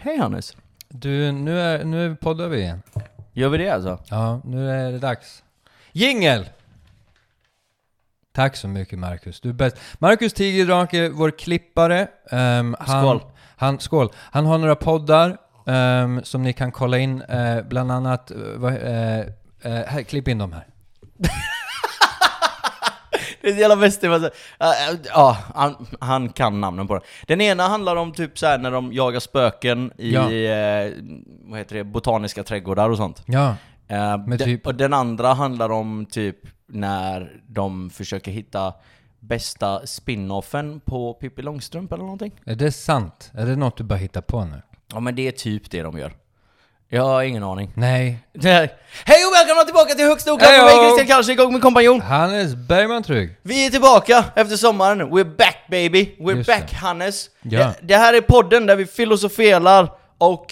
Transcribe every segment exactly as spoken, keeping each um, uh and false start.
Hej Hannes. Du, nu är, nu poddar vi igen. Gör vi det alltså? Ja, nu är det dags. Jingel! Tack så mycket Marcus. Du är bäst. Marcus Tigerdrake, vår klippare. Um, han, skål. Han, skål. Han har några poddar um, som ni kan kolla in. Uh, bland annat, uh, uh, uh, här, klipp in dem här. Det är så jävla bäst. Ja, ja, han, han kan namnen på det. Den ena handlar om typ så här när de jagar spöken i ja. eh, vad heter det, botaniska trädgårdar och sånt. Ja. Eh, Men de, typ... Och den andra handlar om typ när de försöker hitta bästa spin-offen på Pippi Långstrump eller någonting. Är det sant? Är det något du bara hittar på nu? Ja, men det är typ det de gör. Jag har ingen aning. Nej. Hej och välkomna tillbaka till Högsta Oklart med mig, Christian Karlsson, igång med kompanjon Hannes Bergman Trygg. Vi är tillbaka efter sommaren. We're back baby. We're Just back det. Hannes. Ja. det, det här är podden där vi filosoferar och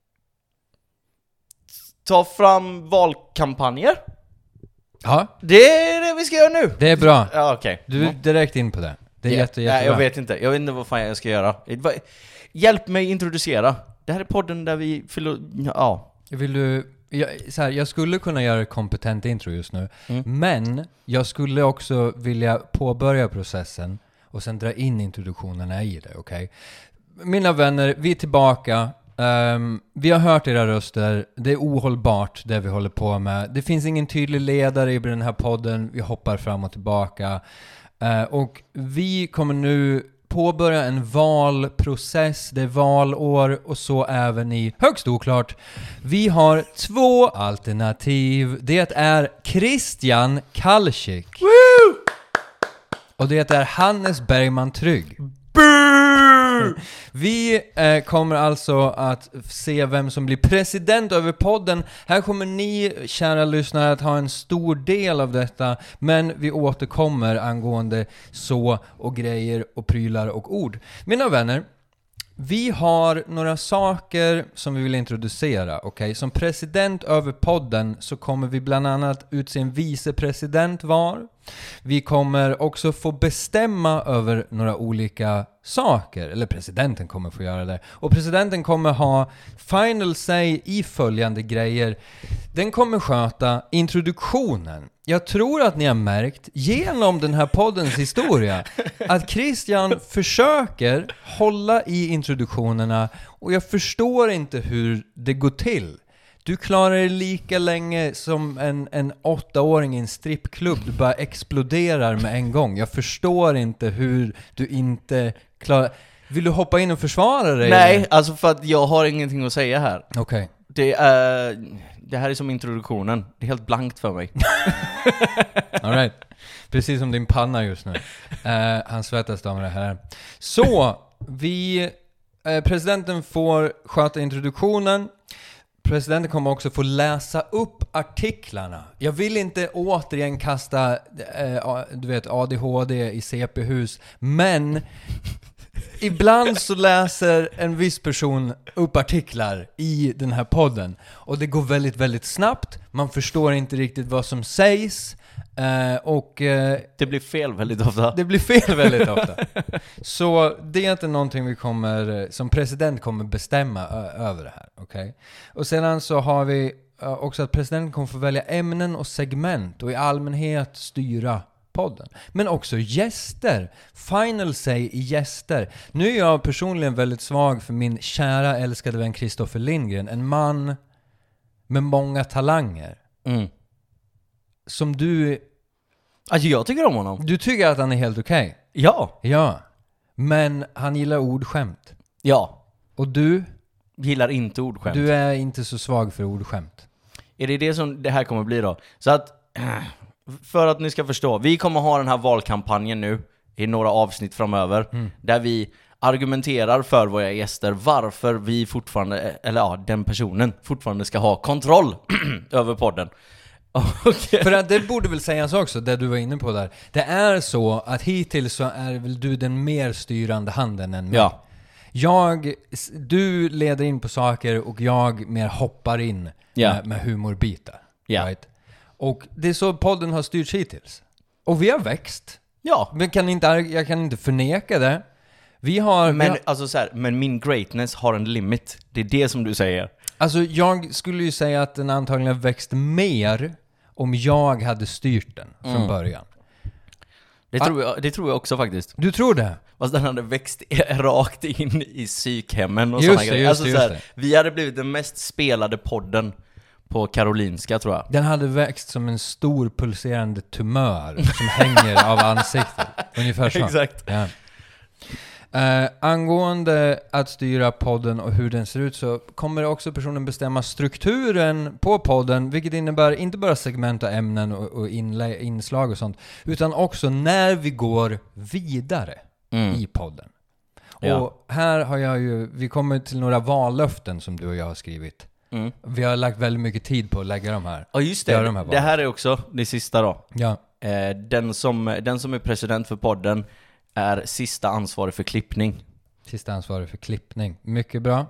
tar fram valkampanjer. Ja. Det är det vi ska göra nu. Det är bra. Ja, okej. Du är direkt in på det. Det är Ja. jätte, jättebra. Nej, jag vet inte. Jag vet inte vad fan jag ska göra. Hjälp mig introducera. Det här är podden där vi filo- ja. Vill du... Jag, så här, jag skulle kunna göra ett kompetent intro just nu. Mm. Men jag skulle också vilja påbörja processen och sen dra in introduktionerna i det, okej? Okay? Mina vänner, vi är tillbaka. Um, vi har hört era röster. Det är ohållbart det vi håller på med. Det finns ingen tydlig ledare i den här podden. Vi hoppar fram och tillbaka. Uh, och vi kommer nu påbörja en valprocess. Det är valår och så även i Högst Oklart. Vi har två alternativ. Det är Christian Kalsik. Woo! Och det är Hannes Bergman Trygg. Vi eh, kommer alltså att se vem som blir president över podden. Här kommer ni, kära lyssnare, att ha en stor del av detta. Men vi återkommer angående så och grejer och prylar och ord. Mina vänner, vi har några saker som vi vill introducera, okay? Som president över podden så kommer vi bland annat utse en vicepresident var. Vi kommer också få bestämma över några olika saker, eller presidenten kommer få göra det. Och presidenten kommer ha final say i följande grejer. Den kommer sköta introduktionen. Jag tror att ni har märkt genom den här poddens historia att Christian försöker hålla i introduktionerna och jag förstår inte hur det går till. Du klarar det lika länge som en, en åttaåring i en strippklubb. Du bara exploderar med en gång. Jag förstår inte hur du inte klarar... Vill du hoppa in och försvara dig? Nej, eller? alltså för att jag har ingenting att säga här. Okej. Okay. Det är... Det här är som introduktionen. Det är helt blankt för mig. All right. Precis som din panna just nu. Uh, han svettas damer och herrar. Så, vi... Uh, presidenten får sköta introduktionen. Presidenten kommer också få läsa upp artiklarna. Jag vill inte återigen kasta eh, du vet, A D H D i C P-hus. Men ibland så läser en viss person upp artiklar i den här podden. Och det går väldigt, väldigt snabbt. Man förstår inte riktigt vad som sägs. Uh, och uh, det blir fel väldigt ofta. Det blir fel väldigt ofta. Så det är inte någonting vi kommer som president kommer bestämma ö- över det här, okej? Okay? Och sedan så har vi uh, också att presidenten kommer få välja ämnen och segment och i allmänhet styra podden. Men också gäster. Final say i gäster. Nu är jag personligen väldigt svag för min kära älskade vän Kristoffer Lindgren, en man med många talanger. Mm. Som du... Alltså jag tycker om honom. Du tycker att han är helt okej? Okay. Ja. Ja. Men han gillar ordskämt. Ja. Och du? Gillar inte ordskämt. Du är inte så svag för ordskämt. Är det det som det här kommer bli då? Så att... För att ni ska förstå. Vi kommer ha den här valkampanjen nu i några avsnitt framöver. Mm. Där vi argumenterar för våra gäster varför vi fortfarande... Eller ja, den personen fortfarande ska ha kontroll över podden. Okay. För att det borde väl sägas också, det du var inne på där. Det är så att hittills så är väl du den mer styrande handen än mig. Ja. Jag, du leder in på saker och jag mer hoppar in yeah. med, med humorbitar. Yeah. Right? Och det är så podden har styrts hittills. Och vi har växt. Ja. Men kan inte, jag kan inte förneka det. Vi har... Men, vi har alltså så här, men min greatness har en limit. Det är det som du säger. alltså jag skulle ju säga att den antagligen växt mer om jag hade styrt den från Mm. början. Det, Ah. tror jag, det tror jag också faktiskt. Du tror det? Fast den hade växt rakt in i psykhemmen och Just sådana det, grejer. just Alltså, det, så här, just vi hade blivit den mest spelade podden på Karolinska, tror jag. Den hade växt som en stor pulserande tumör som hänger av ansiktet. Ungefär så. Exakt. Ja. Uh, angående att styra podden och hur den ser ut så kommer också personen bestämma strukturen på podden, vilket innebär inte bara segment och ämnen och, och inlä- inslag och sånt, utan också när vi går vidare Mm. i podden. Ja. Och här har jag ju, vi kommer till några vallöften som du och jag har skrivit. Mm. Vi har lagt väldigt mycket tid på att lägga de här. Ja, just Gör det. de här Det här är också det sista då. Ja. Eh, den, som, den som är president för podden är sista ansvarig för klippning. Sista ansvarig för klippning. Mycket bra.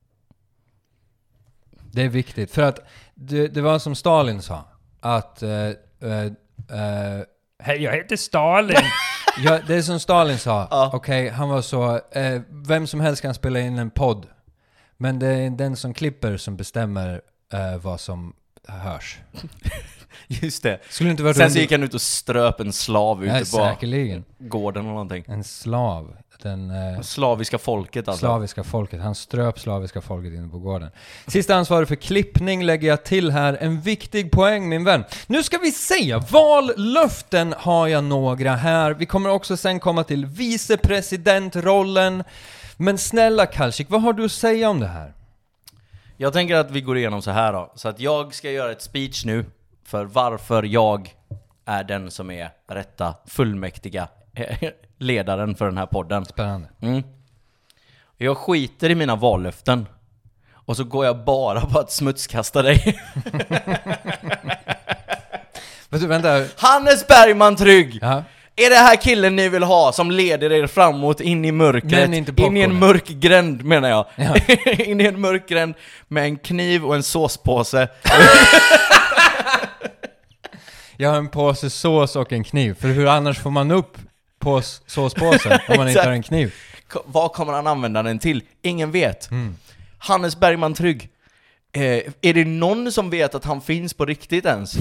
Det är viktigt. För att det, det var som Stalin sa. Att... Uh, uh, uh, Hej, jag heter Stalin. Ja, det är som Stalin sa. Ja. Okej, okay, han var så... Uh, vem som helst kan spela in en podd. Men det är den som klipper som bestämmer uh, vad som hörs. Just det. Skulle inte vara Sen under... så gick han ut och ströp en slav ute Nej, på säkerligen. gården eller någonting. En slav. Den... Uh, Slaviska folket alltså. Slaviska folket. Han ströp slaviska folket inne på gården. Sista ansvarig för klippning lägger jag till här. En viktig poäng, min vän. Nu ska vi se. Vallöften har jag några här. Vi kommer också sen komma till vicepresidentrollen. Men snälla Kalsik, vad har du att säga om det här? Jag tänker att vi går igenom så här då. Så att jag ska göra ett speech nu för varför jag är den som är rätta fullmäktiga ledaren för den här podden. Spännande. Mm. Jag skiter i mina vallöften. Och så går jag bara på att smutskasta dig. Men du, vänta. Hannes Bergman Trygg! Ja. Är det här killen ni vill ha som leder er framåt in i mörkret? Men inte in i en popcornen. mörk gränd menar jag. Ja. In i en mörk gränd med en kniv och en såspåse. Jag har en påse sås och en kniv. För hur annars får man upp pås- såspåsen om man inte har en kniv? Ko- Vad kommer han använda den till? Ingen vet. Mm. Hannes Bergman Trygg. Eh, är det någon som vet att han finns på riktigt ens?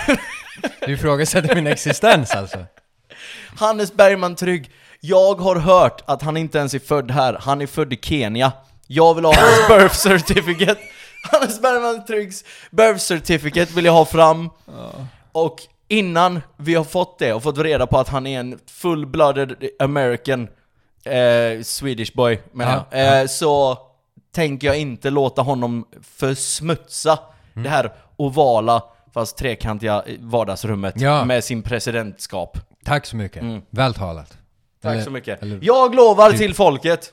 Du ifrågasätter min existens alltså. Hannes Bergman Trygg. Jag har hört att han inte ens är född här. Han är född i Kenya. Jag vill ha hans birth certificate. Hannes Bergman Tryggs birth certificate vill jag ha fram. Och innan vi har fått det och fått reda på att han är en full-blooded American eh, Swedish boy menar Ja, jag, eh, så tänker jag inte låta honom försmutsa Mm. det här ovala fast trekantiga vardagsrummet Ja. med sin presidentskap. Tack så mycket. Mm. Väl talat. Tack Eller- så mycket. eller- Jag lovar Typ. till folket.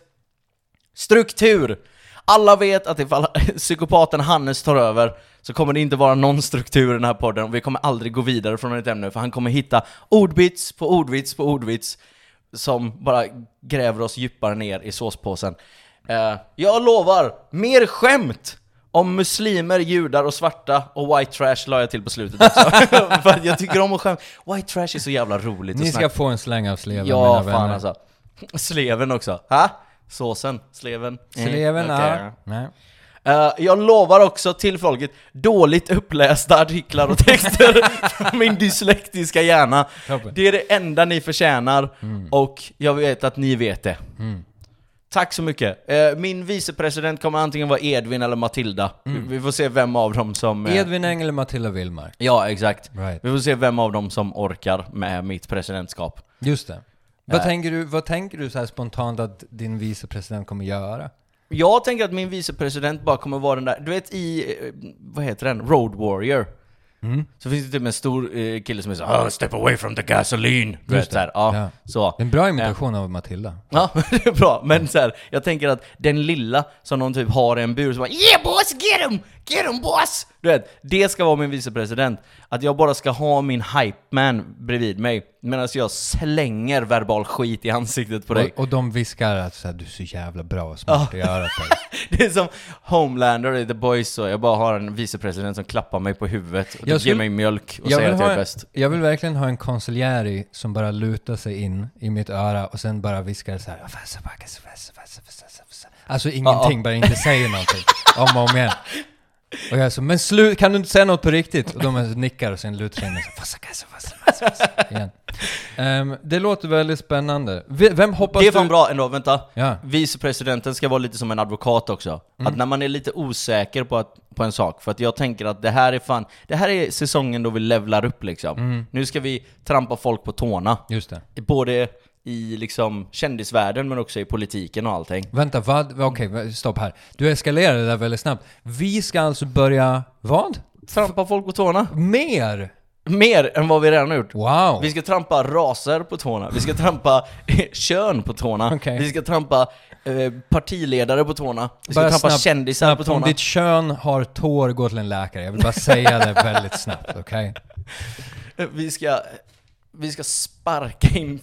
Struktur. Alla vet att ifall psykopaten Hannes tar över så kommer det inte vara någon struktur i den här podden och vi kommer aldrig gå vidare från ett ämne för han kommer hitta ordvits på ordvits på ordvits som bara gräver oss djupare ner i såspåsen. Eh, jag lovar mer skämt om muslimer, judar och svarta och white trash la jag till på slutet också. För att jag tycker om att skämt. White trash är så jävla roligt Ni att ska snacka. få en släng av sleven, Ja, mina fan vänner. alltså. Sleven också. Ha? Såsen, sleven. Mm, Sleven, okej. ja. Nej. Eh, jag lovar också till folket dåligt upplästa artiklar och texter från min dyslektiska hjärna. Toppen. Det är det enda ni förtjänar och jag vet att ni vet det. Mm. Tack så mycket. Eh, min vicepresident kommer antingen vara Edvin eller Matilda. Vi, vi får se vem av dem som... eh, Edvin Engel och Matilda Willmark. Ja, exakt. Right. Vi får se vem av dem som orkar med mitt presidentskap. Just det. Vad, Äh. tänker du, vad tänker du så här spontant att din vicepresident kommer göra? Jag tänker att min vicepresident bara kommer vara den där, du vet i, eh, vad heter den? Road Warrior. Mm. Så finns det typ en stor eh, kille som är så oh, step away from the gasoline. Du Just vet, så här, ja, Ja. så. En bra imitation av Matilda. Ja, det är bra. Men så här, jag tänker att den lilla som de typ har i en bur som bara yeah boss, get him! Get him boss! Du vet, det ska vara min vicepresident. Att jag bara ska ha min hype man bredvid mig medan jag slänger verbal skit i ansiktet på dig. Och, och de viskar att så här, du är så jävla bra och smart att göra det. Det är som Homelander i The Boys, så jag bara har en vicepresident som klappar mig på huvudet och Jag ger mig mjölk och jag säger vill att jag ha- är bäst. Jag vill verkligen ha en konsiljäri som bara lutar sig in i mitt öra och sen bara viskar så här. Alltså ingenting, Ja. bara inte säger någonting. Om och om igen. Och jag är så, men slut, kan du inte säga något på riktigt? Och de är så nickar och sen lutar sig in och så igen. Um, det låter väldigt spännande. V- Vem hoppas Det är fan du... bra ändå, vänta. Ja. Vicepresidenten ska vara lite som en advokat också. Mm. Att när man är lite osäker på, att, på en sak, för att jag tänker att det här är fan, det här är säsongen då vi levlar upp liksom. Mm. Nu ska vi trampa folk på tårna. Just det. Både i liksom kändisvärlden men också i politiken och allting. Vänta, vad? Okej, stopp här. Du eskalerar det där väldigt snabbt. Vi ska alltså börja... Vad? Trampa folk på tårna. Mer? Mer än vad vi redan har gjort. Wow. Vi ska trampa raser på tårna. Vi ska trampa kön på tårna. Okej. Vi ska trampa eh, partiledare på tårna. Vi ska Bara trampa snabbt, kändisar snabbt, på tårna. Om ditt kön har tår, gå till en läkare. Jag vill bara säga det väldigt snabbt, okej? Vi ska vi ska sparka in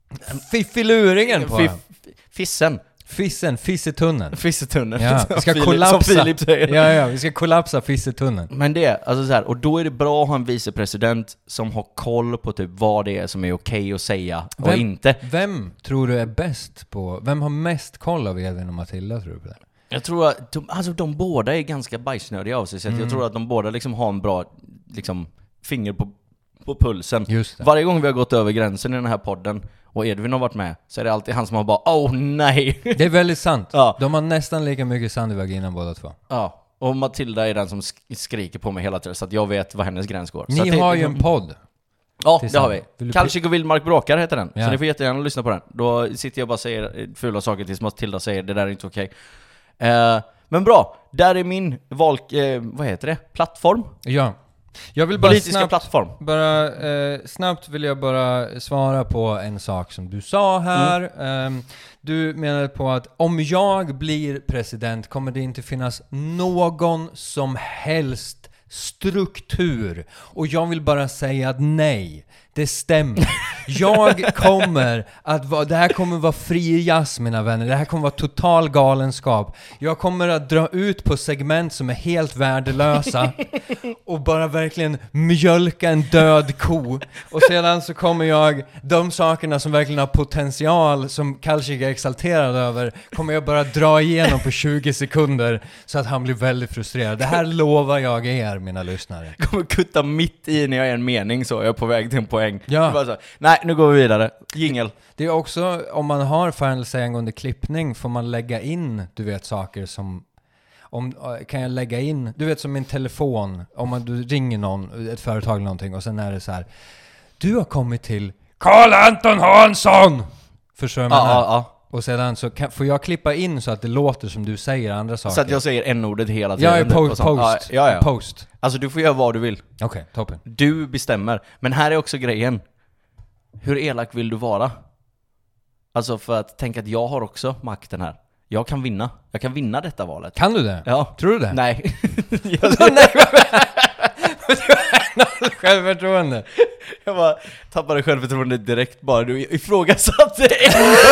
Fiffiluringen på Fiff, den. fissen. Fissen, fissetunneln. Fissetunneln. Ja, vi ska Filip, kollapsa. Som Filip säger. Ja, ja, vi ska kollapsa fissetunneln. Men det, alltså så här, och då är det bra att ha en vicepresident som har koll på typ vad det är som är okej att säga och Vem- inte. Vem tror du är bäst på... Vem har mest koll av Edvin och Matilda, tror du på det? Jag tror att de, alltså de båda är ganska bajsnödiga av sig, så att Mm. jag tror att de båda liksom har en bra liksom, finger på, på pulsen. Just det. Varje gång vi har gått över gränsen i den här podden och Edvin har varit med, så är det alltid han som har bara åh nej. Det är väldigt sant. Ja. De har nästan lika mycket sand i vaginan båda två. Ja, och Matilda är den som sk- skriker på mig hela tiden så att jag vet var hennes gräns går. så att Ni det, har ju en podd. Ja, det tillsammans. har Vill vi. du Kalchik och Vildmark bråkar heter den. Ja. Så ni får jättegärna lyssna på den. Då sitter jag och bara säger fula saker tills Matilda säger det där är inte okej. Eh, men bra, där är min val, eh, vad heter det? Plattform? Ja. Jag vill bara Politiska snabbt, plattform. bara, eh, snabbt vill jag bara svara på en sak som du sa här. Ehm, du menade på att om jag blir president kommer det inte finnas någon som helst struktur. Och jag vill bara säga att nej, det stämmer. Jag kommer att vara, det här kommer vara fri jazz, mina vänner. Det här kommer vara total galenskap. Jag kommer att dra ut på segment som är helt värdelösa och bara verkligen mjölka en död ko. Och sedan så kommer jag, de sakerna som verkligen har potential, som Kalchik är exalterad över, kommer jag bara dra igenom på tjugo sekunder så att han blir väldigt frustrerad. Det här lovar jag er, mina lyssnare. Jag kommer kutta mitt i när jag är en mening så jag är på väg till en poäng. Ja. Bara så här, nej, nu går vi vidare. Jingel. Det är också, om man har förhandlingsangående klippning får man lägga in, du vet, saker som om, kan jag lägga in, du vet som min telefon, om man, du ringer någon, ett företag eller någonting och sen är det så här: du har kommit till Carl Anton Hansson! Förstår du vad jag Ja, menar? ja, ja. Och sedan så kan, får jag klippa in så att det låter som du säger andra saker. Så att jag säger n-ordet hela tiden. Jag är po- och sånt. post. Ja, ja, ja. Post. Alltså du får göra vad du vill. Okej, toppen. Du bestämmer. Men här är också grejen. Hur elak vill du vara? Alltså för att tänka att jag har också makten här. Jag kan vinna. Jag kan vinna detta valet. Kan du det? Ja. Tror du det? Nej. jag, Nej, självförtroende. jag bara tappade självförtroende direkt bara. Du ifrågasatte en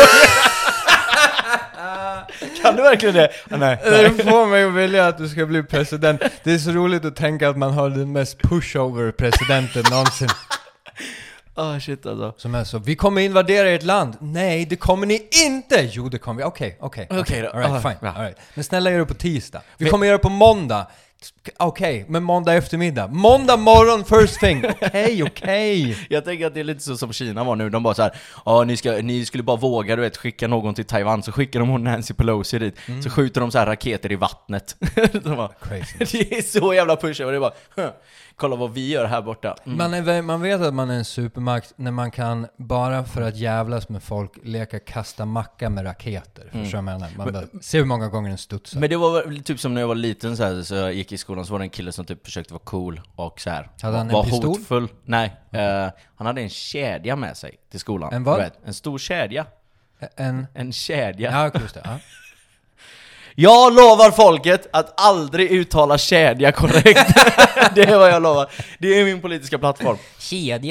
Kan du verkligen det? Ah, nej. Det får mig att vilja att du ska bli president. Det är så roligt att tänka att man har den mest pushover-presidenten någonsin. Ah, shit alltså. Som är så, vi kommer invadera ert land. Nej, det kommer ni inte. Jo, det kommer vi. Okej, okej. Okej då. All right, Ah, fine. ja. All right. Men snälla, gör det på tisdag. Vi Men- kommer göra det på måndag. Okej, men måndag eftermiddag. Måndag morgon, first thing. Okej, okej. Jag tänker att det är lite så som Kina var nu. De bara så här, ja ni, ska, ni skulle bara våga, du vet, skicka någon till Taiwan. Så skickar de hon Nancy Pelosi dit. Så skjuter de så här raketer i vattnet. de bara, Crazy. det är så jävla pusha. Och det är bara, huh, kolla vad vi gör här borta. Mm. Man, är, vä- man vet att man är en supermakt när man kan, bara för att jävlas med folk, leka kasta macka med raketer. Förstår du vad jag menar? Man bara, ser hur många gånger den studsar. Men det var väl typ som när jag var liten så, här, så jag gick i skolan, så var det en kille som typ försökte vara cool och så här. Hade han en var pistol? hotfull. Nej, eh, han hade en kedja med sig till skolan. En vad? Du vet, en stor kedja. En... En kedja. Ja, just det. Ja. Jag lovar folket att aldrig uttala kedja korrekt. Det är vad jag lovar. Det är min politiska plattform. Kedja.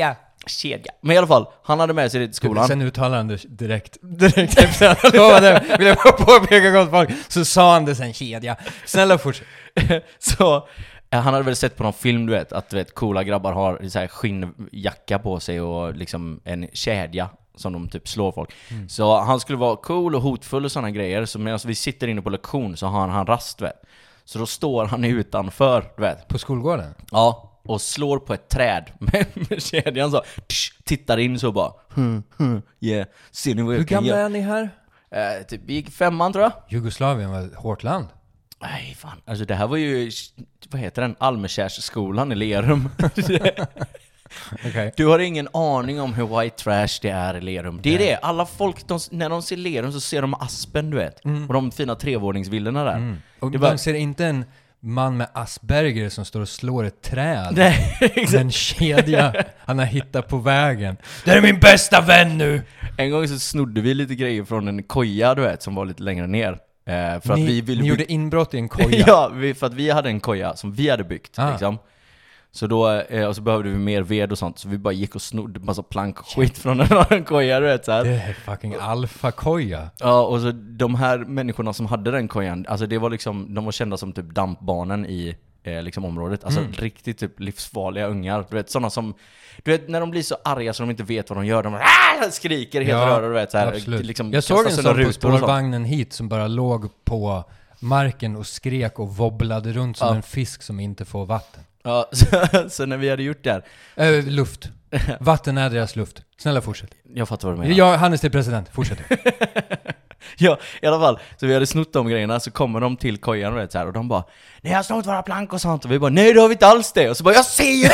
Kedja. Men i alla fall, han hade med sig det till skolan. Sen uttalade han det direkt. Direkt efter att han lovade. Vill jag bara påpeka gott folk. Så sa han det sen kedja. Snälla fortsätt. Så eh, han hade väl sett på någon film, du vet, att du vet, coola grabbar har så här skinnjacka på sig och liksom en kedja som de typ slår folk. Mm. Så han skulle vara cool och hotfull och sådana grejer. Så medan vi sitter inne på lektion så har han, han rast, vet. Så då står han utanför, du vet. På skolgården? Ja. Och slår på ett träd med, med kedjan så tsch, tittar in så bara hm, hm, yeah. Ser ni vad jag Hur kan gamla göra? är ni här? Eh, typ, vi gick femman tror jag. Jugoslavien var ett hårt land. Nej fan, alltså det här var ju, vad heter den? Almekärsskolan i Lerum. Okay. Du har ingen aning om hur white trash det är i Lerum. Det är Nej. det, alla folk, de, när de ser Lerum så ser de Aspen, du vet. Mm. Och de fina trevåningsvillorna där. Mm. Och det de bara... ser inte en man med Asperger som står och slår ett träd. Nej, exakt. En kedja han har hittat på vägen. Det är min bästa vän nu. En gång så snodde vi lite grejer från en koja, du vet, som var lite längre ner. Eh, för ni, att vi ville ni by- gjorde inbrott i en koja? Ja, vi, för att vi hade en koja som vi hade byggt, ah. liksom. Så då, eh, och så behövde vi mer ved och sånt. Så vi bara gick och snodde massa plank och skit från en annan koja, du vet så här. Det är fucking alfa-koja. Ja, och så de här människorna som hade den kojan, alltså det var liksom, de var kända som typ dampbarnen i eh, liksom området. Alltså mm. riktigt typ livsfarliga ungar. Du vet, sådana som, du vet, när de blir så arga så de inte vet vad de gör. De bara, skriker helt ja, röra, du vet så här. Liksom, jag såg en sån på spårvagnen hit som bara låg på marken och skrek och wobblade runt som ja. en fisk som inte får vatten. Ja, så, så när vi hade gjort det här... Äh, luft. Vatten är deras luft. Snälla fortsätt. Jag fattar vad du menar. Ja, Hannes är president. Fortsätt. Ja, i alla fall. Så vi hade snott de grejerna, så kommer de till kojan och, vet, så här, och de bara, nej jag har snott våra plank och sånt. Och vi bara, nej det har vi inte alls det. Och så bara, jag ser ju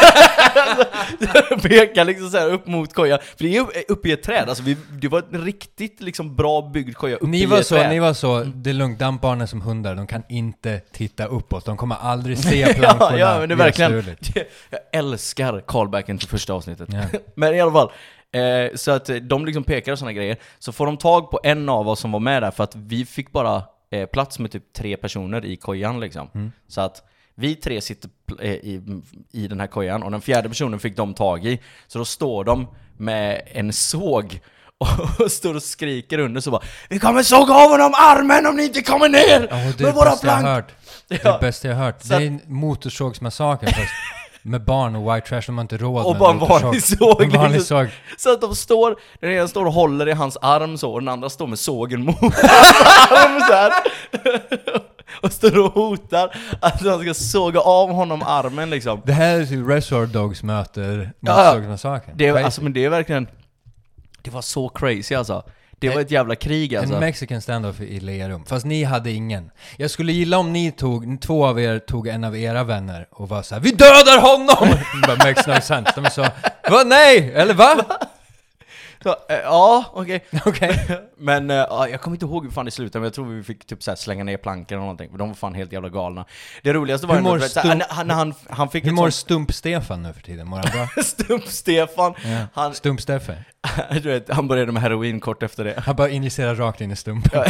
det! Pekar liksom så här upp mot kojan. För det är uppe i ett träd. Alltså vi, det var en riktigt liksom bra byggd koja uppe ni i var ett så, träd. Ni var så, det är lugnt, dampbarnen som hundar. De kan inte titta uppåt. De kommer aldrig se plankorna. Ja, ja, men det är verkligen. Det, jag älskar callbacken till första avsnittet. Ja. Men i alla fall. Eh, så att de liksom pekar och såna grejer. Så får de tag på en av oss som var med där. För att vi fick bara eh, plats med typ tre personer i kojan liksom. Mm. Så att vi tre sitter eh, i, i den här kojan. Och den fjärde personen fick de tag i. Så då står de med en såg och står och skriker under så bara, vi kommer såga av honom armen om ni inte kommer ner oh, det med våra plank. Hört. Det är det bästa jag har hört. Det är en motorsågsmassaker fast med barn och white trash, de har inte råd och med bara en vanlig såg, en vanlig såg. Så att de står, den ena står och håller i hans arm så, och den andra står med sågen mot arm så här. Och står och hotar att han ska såga av honom armen liksom. Det här är ju Reservoir Dogs möter ja, motorsågsmassakern. Det är, alltså, men det är verkligen, det var så crazy alltså. Det var ett jävla krig alltså. En Mexican standoff i Lerum. Fast ni hade ingen. Jag skulle gilla om ni tog, två av er tog en av era vänner och var så här: vi dödar honom! But makes no sense. De sa, va? Nej! Eller va? Så, äh, ja, okej. Okay. Okay. Men äh, jag kommer inte ihåg hur fan det slutade, men jag tror vi fick typ så här slänga ner planken eller någonting. För de var fan helt jävla galna. Det roligaste var ändå, stump, han, han, han, han fick hur mår sånt... Stump-Stefan nu för tiden? Mår han bra? Stump-Stefan. Ja. Han... Stump-Stefan. Du vet, han började med heroin kort efter det. Han bara injicerade rakt in i stumpen.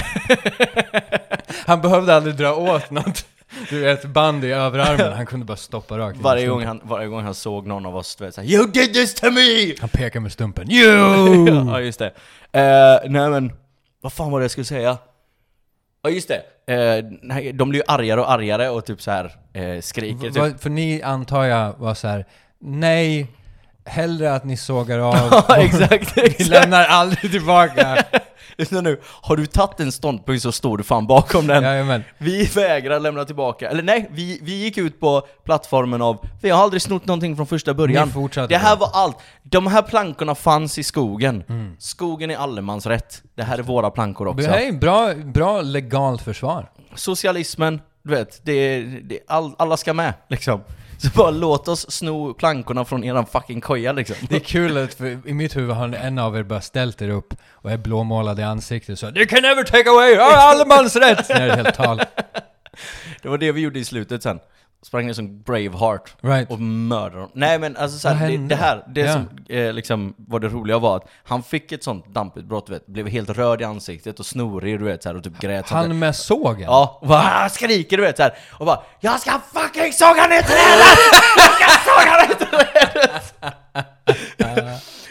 Han behövde aldrig dra åt något. Du vet, band i överarmen. Han kunde bara stoppa rakt in varje gång han Varje gång han såg någon av oss, du vet, så här, you did this to me! Han pekar med stumpen. You! Ja, just det. uh, Nej men, vad fan var det jag skulle säga? Ja, just det. Uh, nej, de blir ju argare och argare och typ så här uh, skriker. Va, typ. För ni, antar jag, var så här: nej, hellre att ni sågar av. Ja, exakt, exakt. Vi lämnar aldrig tillbaka. Lyssna nu, har du tagit en ståndpunkt så står du fan bakom den. Jajamän. Vi vägrar lämna tillbaka. Eller nej, vi, vi gick ut på plattformen av, vi har aldrig snott någonting från första början. Det här var allt. De här plankorna fanns i skogen. Mm. Skogen är allemansrätt. Det här är våra plankor också. Det här är bra, bra legalt försvar. Socialismen, du vet, det, det, all, alla ska med liksom. Så bara låt oss sno plankorna från eran fucking koja liksom. Det är kul att för i mitt huvud har en av er bara ställt er upp och är blåmålad i ansiktet så, you can never take away allemansrätt! Det är helt tal. Det var det vi gjorde i slutet sen. Sprang ner som Braveheart right. och mördade dem. Nej men alltså så här, det, det här, det yeah. som eh, liksom var det roliga var att han fick ett sånt damputbrott, vet, blev helt röd i ansiktet och snorig, du vet, så här, och typ grät. Han med sågen? Ja, och bara skriker, du vet, så här, och bara, jag ska fucking såga ner trädet! Jag ska såga ner trädet!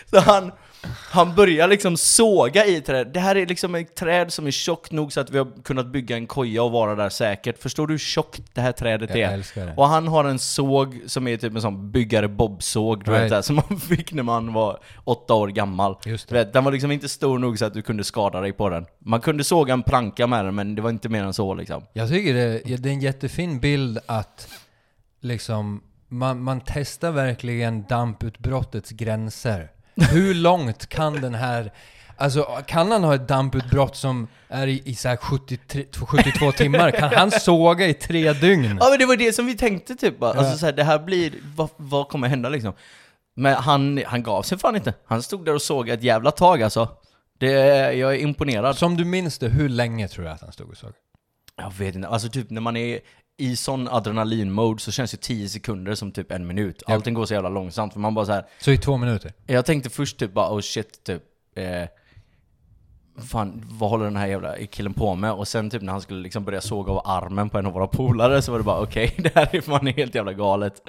Så han, han börjar liksom såga i träd. Det här är liksom ett träd som är tjockt nog så att vi har kunnat bygga en koja och vara där säkert. Förstår du hur tjockt det här trädet Jag är? älskar det. Och han har en såg som är typ en sån byggare bobsåg, du Right. vet, där, som man fick när man var åtta år gammal. Just Du det. vet, den var liksom inte stor nog så att du kunde skada dig på den. Man kunde såga en planka med den, men det var inte mer än så liksom. Jag tycker det, ja, det är en jättefin bild att liksom man, man testar verkligen damputbrottets gränser. Hur långt kan den här, alltså kan han ha ett damputbrott som är i, i så här sjuttiotre, sjuttiotvå timmar? Kan han såga i tre dygn? Ja, men det var det som vi tänkte typ bara. Ja. Alltså så här, det här blir, vad, vad kommer hända liksom? Men han, han gav sig fan inte. Han stod där och såg ett jävla tag alltså. Det, jag är imponerad. Som du minns det, hur länge tror du att han stod och såg? Jag vet inte, alltså typ när man är i sån adrenalin-mode så känns ju tio sekunder som typ en minut. Ja. Allting går så jävla långsamt för man bara så här. Så i två minuter? Jag tänkte först typ bara, oh shit typ eh, fan, vad håller den här jävla killen på med? Och sen typ när han skulle liksom börja såga av armen på en av våra polare så var det bara okej, okay, det här är fan helt jävla galet.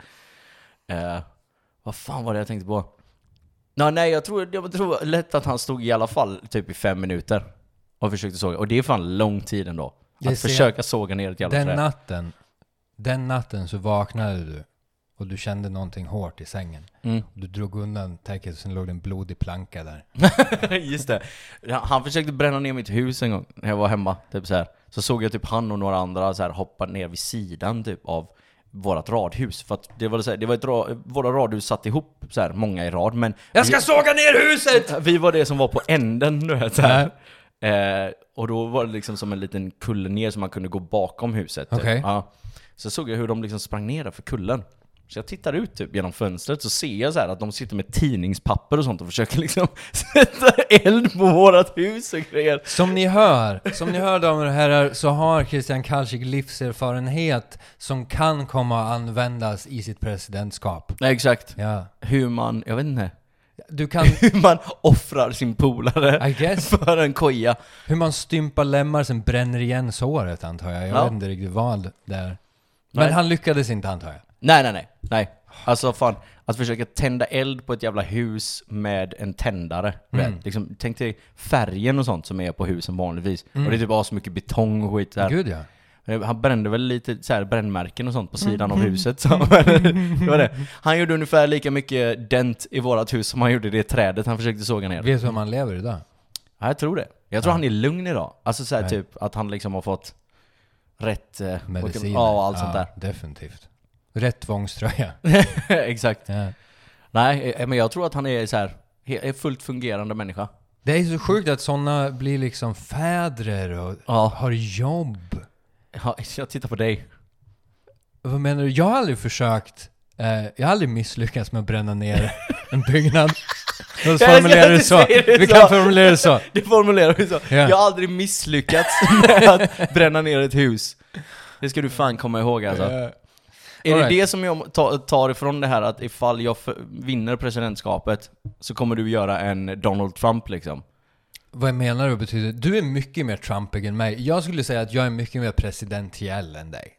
eh, Vad fan var det jag tänkte på? No, nej, jag tror, jag tror lätt att han stod i alla fall typ i fem minuter och försökte såga. Och det är fan lång tid ändå. Jag Att ser- försöka såga ner ett jävla Den träd. natten, den natten så vaknade du och du kände någonting hårt i sängen. Mm. Du drog undan täcket och sen låg det en blodig planka där. Just det. Han försökte bränna ner mitt hus en gång när jag var hemma. Typ så här. Så såg jag typ han och några andra så här hoppa ner vid sidan typ av vårat radhus. För att det var, så här, det var ett ra- våra radhus satt ihop så här, många i rad. Men Jag ska såga ner huset! vi, vi var det som var på änden, du vet, så här. Eh, och då var det liksom som en liten kulle ner som man kunde gå bakom huset. Typ. Okej. Ja. Så såg jag hur de liksom sprang ner där för kullen. Så jag tittar ut typ genom fönstret så ser jag så här att de sitter med tidningspapper och sånt och försöker liksom sätta eld på vårat hus och grejer. Som ni hör, som ni hör damer och herrar, så har Christian Kalsik livserfarenhet som kan komma att användas i sitt presidentskap. Nej, exakt. Ja. Hur man, jag vet inte, Du kan, hur man offrar sin polare I guess, för en koja. hur man stympar lemmar sen bränner igen såret antar jag. Jag Ja. vet inte riktigt vad där. Men Nej. han lyckades inte antar jag. Nej, nej, nej, nej. Alltså fan, att försöka tända eld på ett jävla hus med en tändare. Mm. Vet? Liksom, tänk dig färgen och sånt som är på husen vanligtvis. Och det är typ bara så mycket betong och skit där. Gud ja. Han brände väl lite så här brännmärken och sånt på sidan Mm. av huset. Så. det var det. Han gjorde ungefär lika mycket dent i vårat hus som han gjorde i det trädet han försökte såga ner. Vet du om han lever idag? Ja, jag tror det. Jag tror Ja. han är lugn idag. Alltså så här, Nej. typ att han liksom har fått rätt eh, Mediciner? Ja, och allt sånt där. Definitivt. Rätt tvångströja. Exakt. Ja. Nej, eh, men jag tror att han är så här he- är fullt fungerande människa. Det är så sjukt att sådana blir liksom fädrer och Ja. har jobb. Ja, jag tittar på dig. Vad menar du? Jag har aldrig försökt, eh, jag har aldrig misslyckats med att bränna ner en byggnad. Låt oss Jag formulera det ska så. inte säga det Vi så. kan formulera det så. Det formulerar vi så. Ja. Jag har aldrig misslyckats med att bränna ner ett hus. Det ska du fan komma ihåg alltså. Eh, Är All det right. det som jag ta- tar ifrån det här att ifall jag f- vinner presidentskapet så kommer du göra en Donald Trump liksom? Vad menar du betyder? Du är mycket mer Trumpig än mig. Jag skulle säga att jag är mycket mer presidentiell än dig.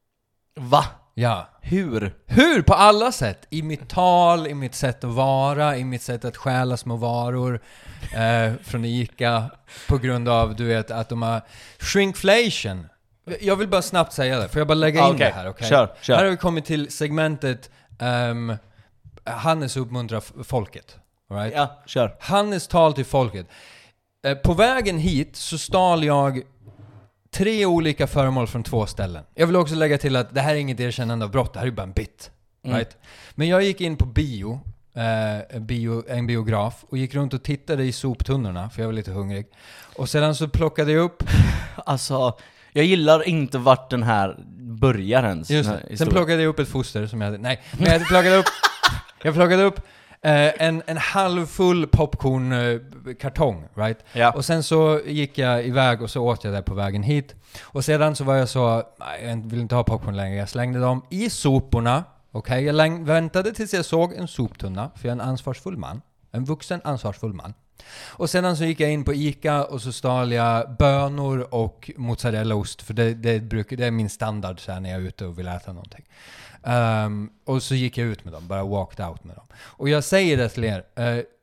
Va? Ja. Hur? Hur? På alla sätt. I mitt tal, i mitt sätt att vara, i mitt sätt att stjäla små varor eh, från Ica på grund av, du vet, att de har shrinkflation. Jag vill bara snabbt säga det, för jag bara lägga in Ah, okej. det här, okej? Kör, kör. Här har vi kommit till segmentet um, Hannes uppmuntrar f- folket. All right? Ja, kör. Hannes tal till folket. Eh, på vägen hit så stal jag tre olika föremål från två ställen. Jag vill också lägga till att det här är inget erkännande av brott, det här är bara en bit. Mm. Right? Men jag gick in på bio, eh, bio, en biograf, och gick runt och tittade i soptunnorna, för jag var lite hungrig. Och sedan så plockade jag upp, Alltså, jag gillar inte vart den här börjar ens. just den här det, sen historien. plockade jag upp ett foster som jag hade, nej, men jag plockade upp, jag plockade upp eh, en, en halvfull popcornkartong, right? Ja. Och sen så gick jag iväg och så åt jag det på vägen hit. Och sedan så var jag så, nej, jag vill inte ha popcorn längre. Jag slängde dem i soporna. Okej, okay? Jag läng- väntade tills jag såg en soptunna, för jag är en ansvarsfull man. En vuxen ansvarsfull man. Och sedan så gick jag in på Ica och så stal jag bönor och mozzarellaost, för det, det, brukar, det är min standard så här när jag är ute och vill äta någonting. Um, och så gick jag ut med dem, bara walked out med dem. Och jag säger det till er, uh,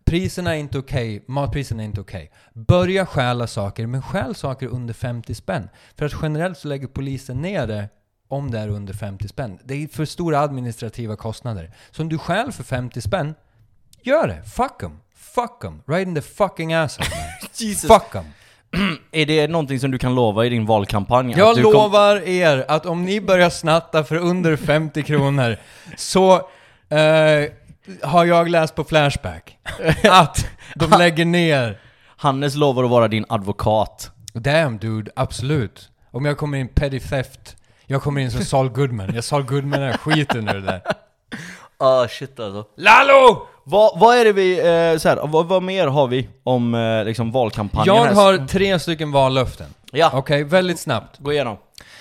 priserna är inte okej, okay, matpriserna är inte okej. Okay. Börja stjäla saker, men stjäl saker under femtio spänn. För att generellt så lägger polisen ner det om det är under femtio spänn. Det är för stora administrativa kostnader. Så om du stjäl för femtio spänn, gör det. Fuck them. Fuck them. Right in the fucking asshole. Jesus. Fuck them. Är det någonting som du kan lova i din valkampanj? Jag att du lovar kom... er att om ni börjar snatta för under femtio kronor så eh, har jag läst på Flashback att de lägger ner. Hannes lovar att vara din advokat. Damn dude, absolut. Om jag kommer in petty theft, jag kommer in som Saul Goodman. Jag Saul Goodman är skiten ur det där. Ah, shit alltså. Lalo! Vad, vad är det vi, eh, så här, vad, vad mer har vi om eh, liksom valkampanjen? Jag här? har tre stycken vallöften. Ja. Okej, okay, väldigt snabbt. Gå igenom.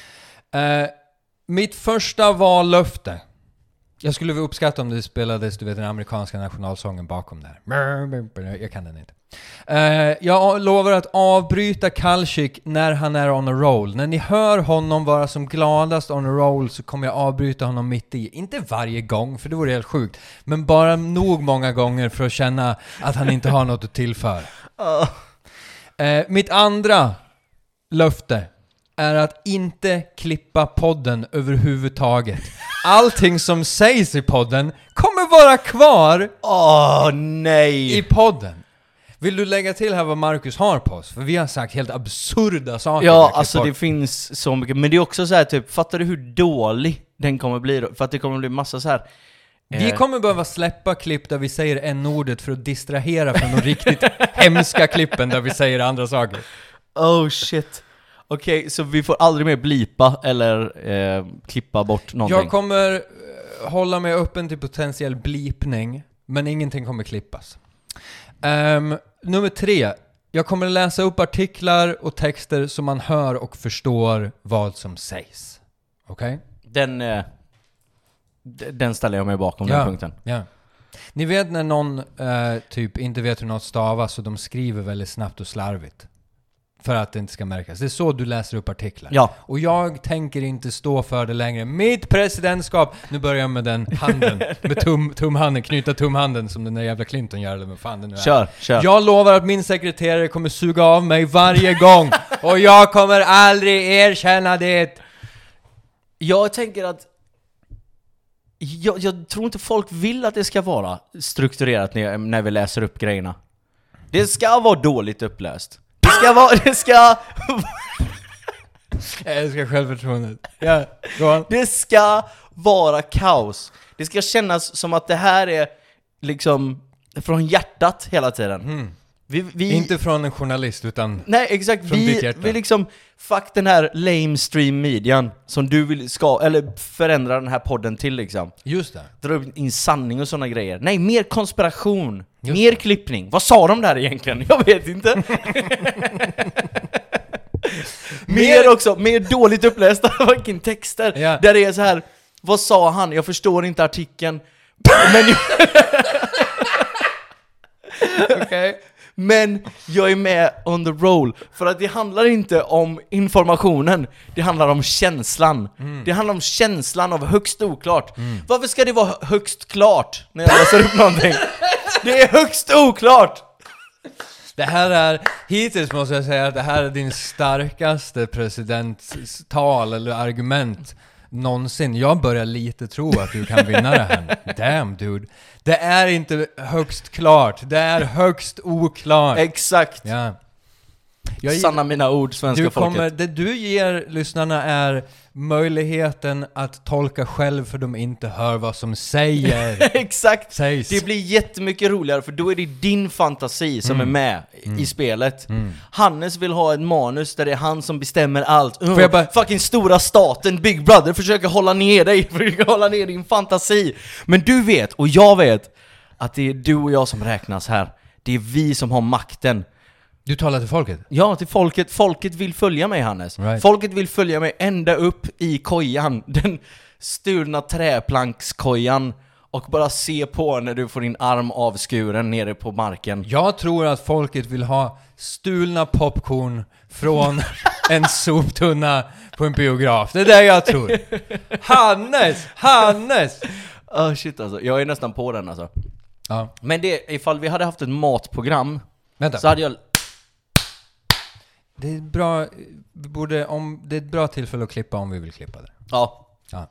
Eh, mitt första vallöfte. Jag skulle uppskatta om det spelades, du vet, den amerikanska nationalsången bakom där. Jag kan den inte. Uh, jag lovar att avbryta Kalchik när han är on a roll. När ni hör honom vara som gladast on a roll så kommer jag avbryta honom mitt i. Inte varje gång, för det vore helt sjukt. Men bara nog många gånger för att känna att han inte har något att tillföra. Uh. Uh, mitt andra löfte är att inte klippa podden överhuvudtaget. Allting som sägs i podden kommer vara kvar Åh, oh, nej. i podden. Vill du lägga till här vad Marcus har på oss? För vi har sagt helt absurda saker. Ja, alltså bort. Det finns så mycket. Men det är också så här typ, fattar du hur dålig den kommer bli då? För att det kommer bli massa så här. Vi eh... kommer behöva släppa klipp där vi säger en-ordet för att distrahera från de riktigt hemska klippen där vi säger andra saker. Oh shit. Okej, okay, så vi får aldrig mer blipa eller eh, klippa bort någonting. Jag kommer uh, hålla mig öppen till potentiell blipning, men ingenting kommer klippas. Um, nummer tre. Jag kommer läsa upp artiklar och texter så man hör och förstår vad som sägs. Okej? Okay? Den, eh, d- den ställer jag mig bakom, ja, den punkten. Ja. Ni vet när någon uh, typ inte vet hur något stavas så de skriver väldigt snabbt och slarvigt. För att det inte ska märkas. Det är så du läser upp artiklar. Ja. Och jag tänker inte stå för det längre. Mitt presidentskap. Nu börjar jag med den handen. Med tum, tumhanden. Knyta tumhanden som den där jävla Clinton gör. Eller med fan det nu är. Kör, kör. Jag lovar att min sekreterare kommer suga av mig varje gång. Och jag kommer aldrig erkänna det. Jag tänker att jag, jag tror inte folk vill att det ska vara strukturerat när, när vi läser upp grejerna. Det ska vara dåligt uppläst. Det ska vara, det ska... Jag älskar självförtroendet. Ja, gå on. Det ska vara kaos. Det ska kännas som att det här är liksom från hjärtat hela tiden. Mm. Vi, vi... Inte från en journalist utan nej, exakt. från vi, ditt hjärta. Vi liksom, fuck den här lamestream median som du vill ska, eller förändra den här podden till liksom. Just det. Dra upp in sanning och såna grejer. Nej, mer konspiration. Just mer det. Klippning. Vad sa de där egentligen? Jag vet inte. Mer också, mer dåligt upplästa fucking texter. Ja. Där det är så här, vad sa han? Jag förstår inte artikeln. Men okay. Men jag är med on the roll. För att det handlar inte om informationen. Det handlar om känslan. mm. Det handlar om känslan av högst oklart. mm. Varför ska det vara högst klart när jag läser upp någonting? Det är högst oklart. Det här är, hittills måste jag säga att det här är din starkaste presidenttal eller argument någonsin. Jag börjar lite tro att du kan vinna det här. Damn dude. Det är inte högst klart. Det är högst oklart. Exakt. Ja. Jag, Sanna mina ord, svenska du kommer, folket. det du ger lyssnarna är möjligheten att tolka själv för de inte hör vad som säger. Exakt. Sägs. Det blir jättemycket roligare för då är det din fantasi som mm. är med mm. i spelet. Mm. Hannes vill ha ett manus där det är han som bestämmer allt. Uh, jag bara... Fucking stora staten, Big Brother försöker hålla ner dig, försöker hålla ner din fantasi. Men du vet, och jag vet, att det är du och jag som räknas här. Det är vi som har makten. Du talar till folket? Ja, till folket. Folket vill följa mig, Hannes. Right. Folket vill följa mig ända upp i kojan. Den stulna träplankskojan. Och bara se på när du får din arm avskuren nere på marken. Jag tror att folket vill ha stulna popcorn från en soptunna på en biograf. Det är det jag tror. Hannes! Hannes! Oh shit alltså, jag är nästan på den alltså. Ja. Men det, ifall vi hade haft ett matprogram Vänta. så hade jag... Det är bra, vi borde, om, det är ett bra tillfälle att klippa om vi vill klippa det. Ja. Ja.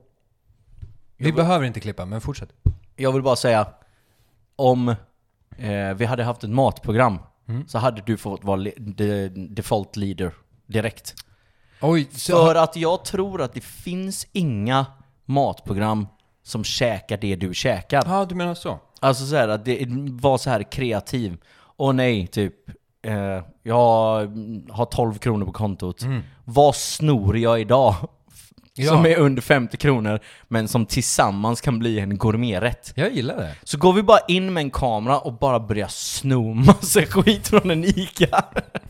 Vi vill, behöver inte klippa, men fortsätt. Jag vill bara säga, om eh, vi hade haft ett matprogram Mm. så hade du fått vara le- de, default leader direkt. Oj, så, För att jag tror att det finns inga matprogram som käkar det du käkar. ja, du menar så. Alltså så här att det var så här kreativ. Och nej, typ eh, jag har tolv kronor på kontot. Mm. Vad snor jag idag? Ja. Som är under femtio kronor, men som tillsammans kan bli en gourmeträtt. Jag gillar det. Så går vi bara in med en kamera och bara börjar sno massa skit från en Ica.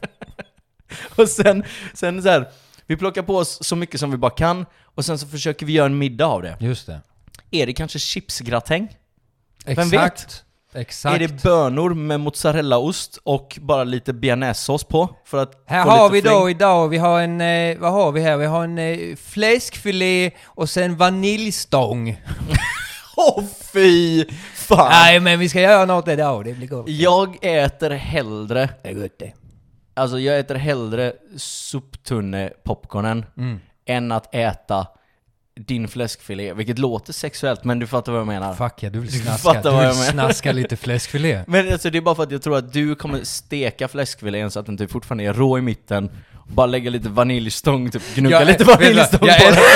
Och sen, sen så här, vi plockar på oss så mycket som vi bara kan. Och sen så försöker vi göra en middag av det. Just det. Är det kanske chipsgratäng? Exakt. Vem vet? Exakt. Är det bönor med mozzarellaost och bara lite bearnaisesås på? För att Här få har lite vi fläng? då idag, vi har en, eh, vad har vi här? Vi har en eh, fläskfilé och sen vaniljstång. Åh oh, fy fan! Nej, men vi ska göra något idag, det blir gott. Jag äter hellre, Det är gott det. alltså jag äter hellre soptunne-popcornen Mm. än att äta din fläskfilé, vilket låter sexuellt, men du fattar vad jag menar. Fuck ja, du vill Du snaska, fattar du vad vill jag menar. snaska lite fläskfilé. Men alltså det är bara för att jag tror att du kommer steka fläskfilén så att den typ fortfarande är rå i mitten och bara lägga lite vaniljstång, typ gnugga Jag- lite vet du vaniljstång vad? Jag på äl- den.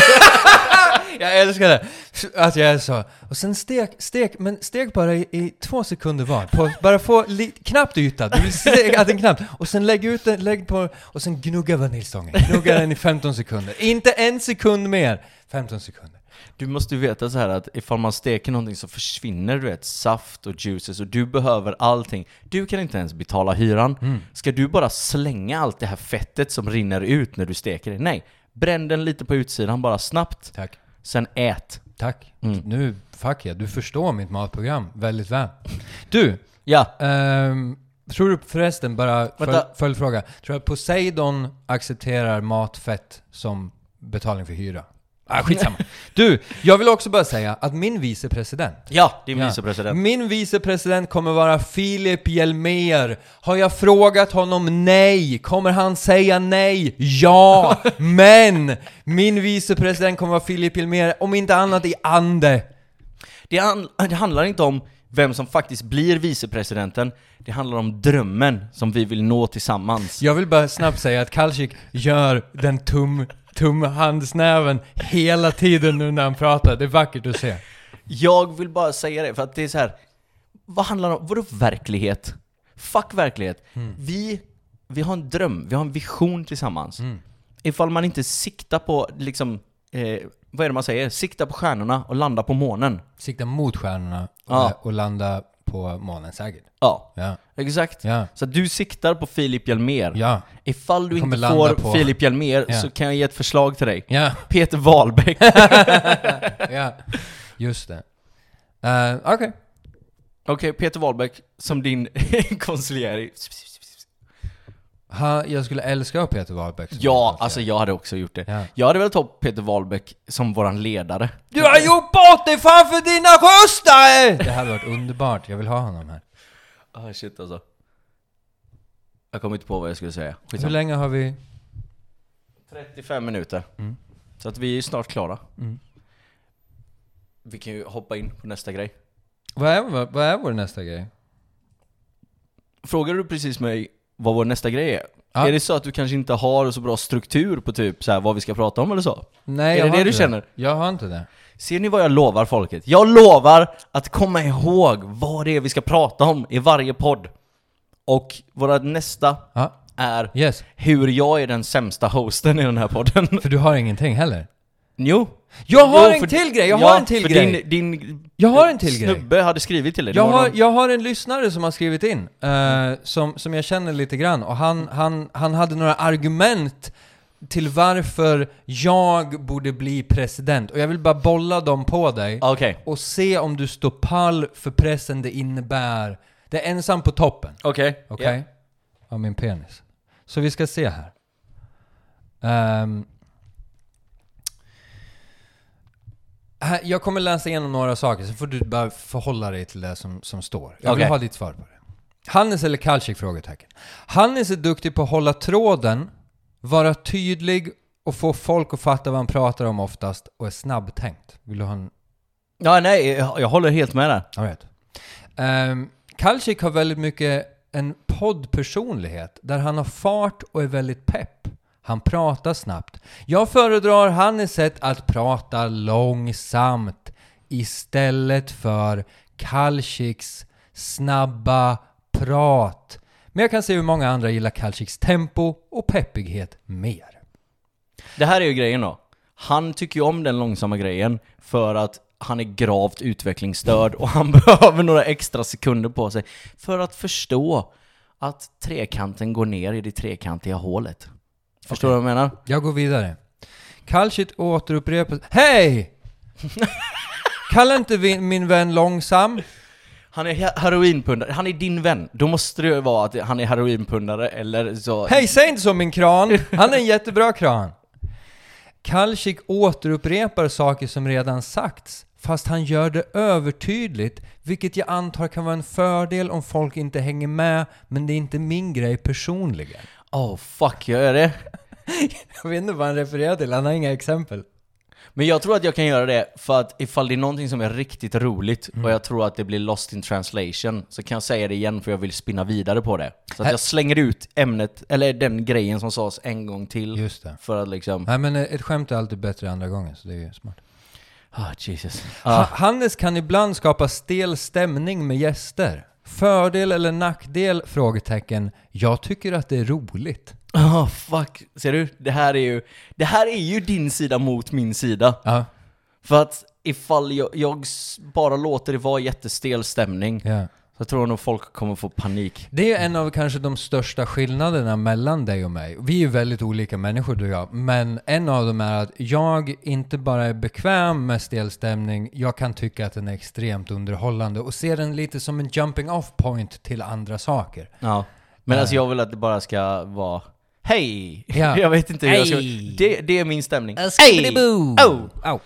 Jag älskar det. Att jag är så. Och sen stek, stek, men stek bara i, i två sekunder var. På, bara få li, knappt yta. Du vill steka den knappt. Och sen lägg ut den, lägg på, och sen gnugga vaniljstången. Gnugga den i femton sekunder. Inte en sekund mer. femton sekunder. Du måste ju veta så här att ifall man steker någonting så försvinner du vet saft och juices och du behöver allting. Du kan inte ens betala hyran. Mm. Ska du bara slänga allt det här fettet som rinner ut när du steker det? Nej, bränn den lite på utsidan bara snabbt. Tack. Sen ät. Tack. Mm. Nu, fuck ja, du förstår mitt matprogram väldigt väl. Du, Ja. ehm, tror du förresten, bara Vänta. följ, följdfråga. Tror du att Poseidon accepterar matfett som betalning för hyra? Ah, skitsamma. Du, jag vill också bara säga att min vicepresident Ja, din Ja. vicepresident. Min vicepresident kommer vara Filip Hjelmér. Har jag frågat honom nej? Kommer han säga nej? Ja! Men min vicepresident kommer vara Filip Hjelmér, om inte annat i ande. Det, han, det handlar inte om vem som faktiskt blir vicepresidenten. Det handlar om drömmen som vi vill nå tillsammans. Jag vill bara snabbt säga att Kalsik gör den tum, tumhandsnäven hela tiden nu när han pratar. Det är vackert att se. Jag vill bara säga det för att det är så här. Vad handlar det om? Vadå verklighet? Fuck verklighet. Mm. Vi, vi har en dröm, vi har en vision tillsammans. Mm. Ifall man inte siktar på liksom, eh, vad är det man säger? Sikta på stjärnorna och landa på månen. Sikta mot stjärnorna Ja. och, och landa på månen säkert. Ja, Ja, exakt. ja, Så att du siktar på Filip Hjelmér. ja, Ifall du kommer inte landa får på- Filip Hjelmér Ja. så kan jag ge ett förslag till dig. ja. Peter Wahlbeck. Ja, just det. Uh, Okej. Okay. Okej, Peter Wahlbeck som din konsiljär. Ha, jag skulle älska Peter Wahlbeck. som Ja, konferencier. alltså jag hade också gjort det. Ja. Jag hade velat ha Peter Wahlbeck som våran ledare. Du har gjort bort dig framför dina röstare! Det hade varit underbart, jag vill ha honom här. Ah shit alltså. Jag kommer inte på vad jag skulle säga. Hur Skitsamma. länge har vi? trettiofem minuter. Mm. Så att vi är snart klara. Mm. Vi kan ju hoppa in på nästa grej. Vad är, vad, vad är vår nästa grej? Frågar du precis mig vad vår nästa grej är? Ja. Är det så att du kanske inte har så bra struktur på typ så här, vad vi ska prata om eller så? Nej, Är jag det har det du inte känner? Jag har inte det. Ser ni vad jag lovar folket? Jag lovar att komma ihåg vad det är vi ska prata om i varje podd. Och våra nästa Ja, är yes. hur jag är den sämsta hosten i den här podden. För du har ingenting heller. Jo. Jag har Jo, en för- till grej, jag ja, har en till för grej. Din, din Jag har en till grej. snubbe hade skrivit till dig. Det Jag var har, någon- jag har en lyssnare som har skrivit in, eh, som, som jag känner lite grann, och han, han, han hade några argument till varför jag borde bli president. Och jag vill bara bolla dem på dig Okej, och se om du står pall för pressen det innebär. Det är ensam på toppen, okej. okej? Av min penis. Så vi ska se här. Ehm, Här, jag kommer läsa igenom några saker, så får du bara förhålla dig till det som, som står. Jag vill Okej. ha ditt svar på det. Hannes eller Kalcik? Frågetecken. Hannes är duktig på att hålla tråden, vara tydlig och få folk att fatta vad han pratar om oftast, och är snabbtänkt. Vill du ha en... Ja, nej, jag, jag håller helt med där. All right. Um, Kalcik har väldigt mycket en poddpersonlighet där han har fart och är väldigt pepp. Han pratar snabbt. Jag föredrar Hannes sätt att prata långsamt istället för Kalciks snabba prat. Men jag kan se hur många andra gillar Kalciks tempo och peppighet mer. Det här är ju grejen då. Han tycker ju om den långsamma grejen för att han är gravt utvecklingsstörd och han behöver några extra sekunder på sig för att förstå att trekanten går ner i det trekantiga hålet. Förstår Okej. du vad jag menar? Jag går vidare. Kalcik återupprepar... Hej! Kalla inte vi, min vän långsam. Han är he- heroinpundare. Han är din vän. Då måste det ju vara att han är heroinpundare eller så... Hej, säg inte så min kran. Han är en jättebra kran. Kalcik återupprepar saker som redan sagts, fast han gör det övertydligt, vilket jag antar kan vara en fördel om folk inte hänger med, men det är inte min grej personligen. Oh fuck, jag gör det. Jag vet inte vad han refererar till, han har inga exempel. Men jag tror att jag kan göra det för att ifall det är någonting som är riktigt roligt mm. och jag tror att det blir lost in translation, så kan jag säga det igen för jag vill spinna vidare på det. Så att jag slänger ut ämnet, eller den grejen som sades en gång till. Just det. För att liksom... Nej, men ett skämt är alltid bättre andra gången, så det är ju smart. Ah, oh, Jesus. Ah. Ah. Hannes kan ibland skapa stel stämning med gäster. Fördel eller nackdel? Frågetecken. Jag tycker att det är roligt. Oh, fuck. Ser du? Det här är ju det här är ju din sida mot min sida. Ja. För att ifall jag, jag bara låter det vara jättestel stämning, Ja. så tror jag nog folk kommer få panik. Det är en av kanske de största skillnaderna mellan dig och mig. Vi är ju väldigt olika människor, du och jag. Men en av dem är att jag inte bara är bekväm med stelstämning. Jag kan tycka att den är extremt underhållande och ser den lite som en jumping off point till andra saker. Ja. Men äh. alltså jag vill att det bara ska vara hej! Ja. Jag vet inte hur jag ska... Hey. Det, det är min stämning. Hej! Oh! Oh.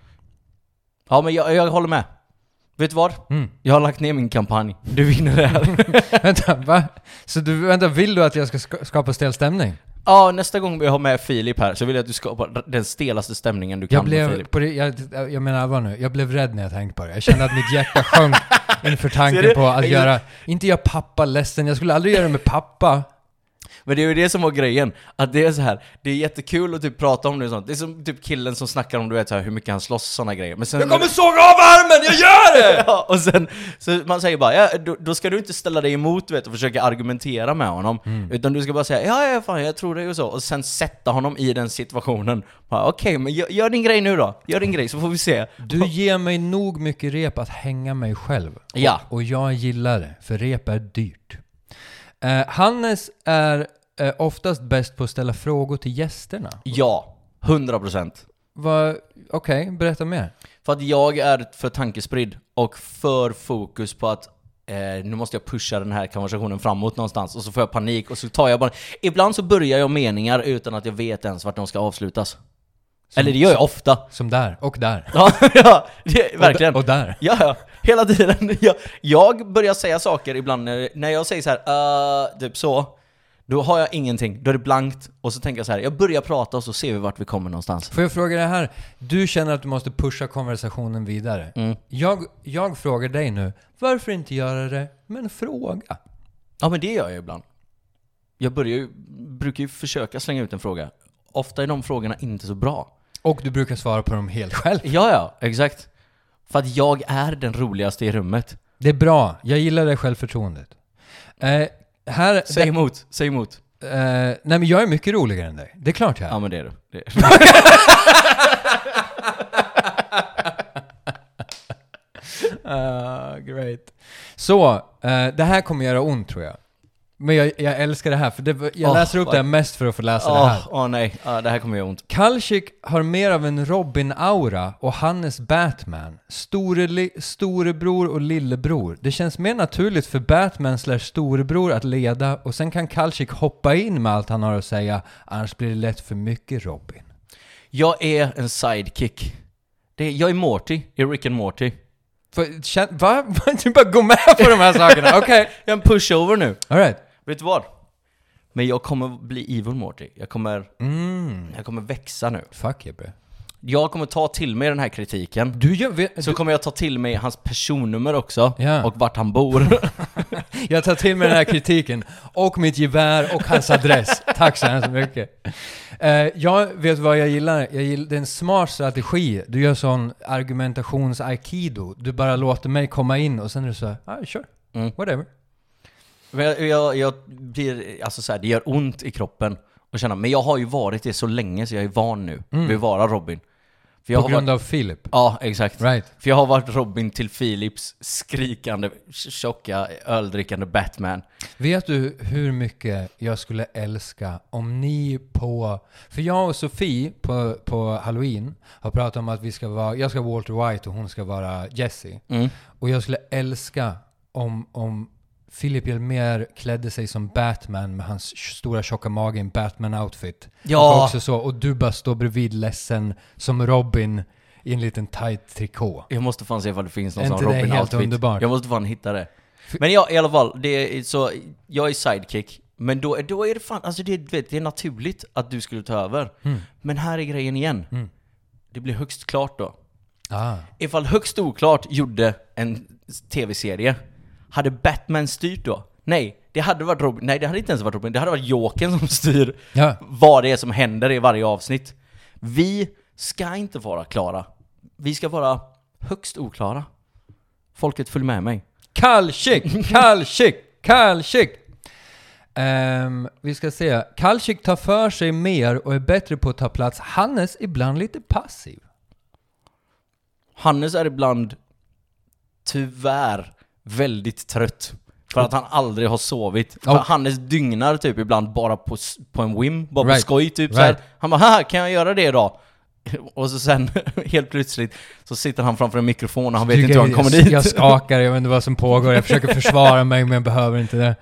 Ja, men jag, jag håller med. Vet du vad? Mm. Jag har lagt ner min kampanj. Du vinner det här. Vänta, va? Så du, vänta, vill du att jag ska ska- skapa stelstämning? Ja, nästa gång vi har med Filip här så vill jag att du skapar den stelaste stämningen du kan Jag med blev, Filip. på det, jag, jag menar allvar nu, jag blev rädd när jag tänkte på det. Jag kände att mitt hjärta sjönk inför Ser tanken du? på att Jag- göra, inte göra pappa ledsen, jag skulle aldrig göra det med pappa. Men det är ju det som var grejen. Att det är så här, det är jättekul att typ prata om det och sånt. Det är som typ killen som snackar om, du vet så här, hur mycket han slåss och såna grejer. Men sen, Jag kommer såga av armen, jag gör det! ja, och sen så man säger bara, ja, då, då ska du inte ställa dig emot, vet, och försöka argumentera med honom. Mm. Utan du ska bara säga, ja, ja, fan, jag tror det och så. Och sen sätta honom i den situationen. Okej, okay, men gör, gör din grej nu då. Gör din grej så får vi se. Du ger mig nog mycket rep att hänga mig själv. Ja. Och, och jag gillar det, för rep är dyrt. Uh, Hannes är uh, oftast bäst på att ställa frågor till gästerna. Ja, hundra procent. Okej, okay, berätta mer. För att jag är för tankespridd och för fokus på att eh, nu måste jag pusha den här konversationen framåt någonstans, och så får jag panik och så tar jag bara... Ibland så börjar jag meningar utan att jag vet ens vart de ska avslutas. Som, Eller det gör jag ofta. Som där, och där. Ja, ja det, verkligen. Och, och där. Ja, ja, hela tiden. Jag, jag börjar säga saker ibland när, när jag säger så här, uh, typ så. Då har jag ingenting, då är det blankt. Och så tänker jag så här, jag börjar prata och så ser vi vart vi kommer någonstans. Får jag fråga det här? Du känner att du måste pusha konversationen vidare. Mm. Jag, jag frågar dig nu, varför inte göra det med en fråga? Ja, men det gör jag ibland. Jag börjar ju, brukar ju försöka slänga ut en fråga. Ofta är de frågorna inte så bra. Och du brukar svara på dem helt själv. Ja, ja, exakt. För att jag är den roligaste i rummet. Det är bra, jag gillar det självförtroendet. Eh, här, Säg det, emot, säg emot. eh, nej men jag är mycket roligare än dig. Det är klart jag är. Ja, men det är du. Det är. uh, great. Så, eh, det här kommer göra ont tror jag. Men jag, jag älskar det här, för det, jag Oh, läser upp vad- det här mest för att få läsa Åh, det här. åh nej, ja, det här kommer göra ont. Kalcik har mer av en Robin-aura och Hannes Batman. Store li- storebror och lillebror. Det känns mer naturligt för Batman slash storebror att leda, och sen kan Kalcik hoppa in med allt han har att säga, annars blir det lätt för mycket Robin. Jag är en sidekick. Det är, jag är Morty i Rick and Morty. För, kän, va? Du bara gå med på de här sakerna, okej. Okay. Jag är en pushover nu. All right. Vet du vad? Men jag kommer bli evil Morty. Jag kommer, mm. jag kommer växa nu. Fuck yeah, bro. Jag kommer ta till mig den här kritiken. Du gör, vet, så du... kommer jag ta till mig hans personnummer också. Ja. Och vart han bor. Jag tar till mig den här kritiken. Och mitt gevär och hans adress. Tack så hemskt mycket. Uh, jag vet vad jag gillar. Jag gillar. Det är en smart strategi. Du gör sån argumentations-aikido. Du bara låter mig komma in och sen är du så här, ah, sure. Mm. Whatever. Men jag, jag, jag blir, alltså så här, det gör ont i kroppen att känna, men jag har ju varit det så länge så jag är van nu mm. vid att vara Robin. För jag På har grund varit, av Philip? Ja, exakt. Right. För jag har varit Robin till Philips skrikande, tjocka, öldrickande Batman. Vet du hur mycket jag skulle älska om ni på... För jag och Sofie på, på Halloween har pratat om att vi ska vara... Jag ska vara Walter White och hon ska vara Jessie. Mm. Och jag skulle älska om... om Philip Hjelmér klädde sig som Batman med hans stora tjocka mage i en Batman-outfit. Ja. Och också så. Och du bara står bredvid ledsen som Robin i en liten tight trikå. Jag måste fan se ifall det finns någon sån Robin-outfit. Underbart? Jag måste fan hitta det. Men ja, i alla fall, det är så, jag är sidekick. Men då, då är det fan, alltså det, vet, det är naturligt att du skulle ta över. Mm. Men här är grejen igen. Mm. Det blir högst klart då. Ah. Ifall högst oklart gjorde en tv-serie, hade Batman styrt då? Nej, det hade varit Robin. Nej, det hade inte ens varit Robin. Det hade varit Jokern som styr ja. vad det är som händer i varje avsnitt. Vi ska inte vara klara. Vi ska vara högst oklara. Folket följer med mig. Kalchik, Kalchik, Kalchik. Um, vi ska se. Kalchik tar för sig mer och är bättre på att ta plats. Hannes är ibland lite passiv. Hannes är ibland tyvärr väldigt trött. För att han aldrig har sovit. För oh. Hannes dygnar typ ibland bara på, på en whim. Bara right. på skoj typ right. så här. Han bara, haha, kan jag göra det då? Och så sen helt plötsligt så sitter han framför en mikrofon och han vet du, inte hur han kommer jag, dit. Jag skakar, jag vet inte vad som pågår. Jag försöker försvara mig men jag behöver inte det.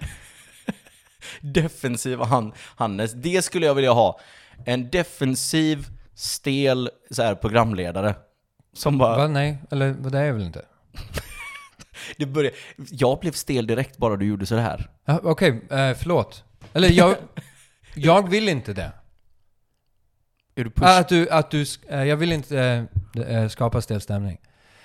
Defensiva han, Hannes. Det skulle jag vilja ha. En defensiv, stel så här, programledare. Som bara... Va, nej, eller det är jag väl inte. Det började... Jag blev stel direkt bara du gjorde så här. Ja, okej, okay, eh, förlåt. Eller jag... jag vill inte det. Är du push? Att du... Att du eh, jag vill inte eh, skapa stel stämning.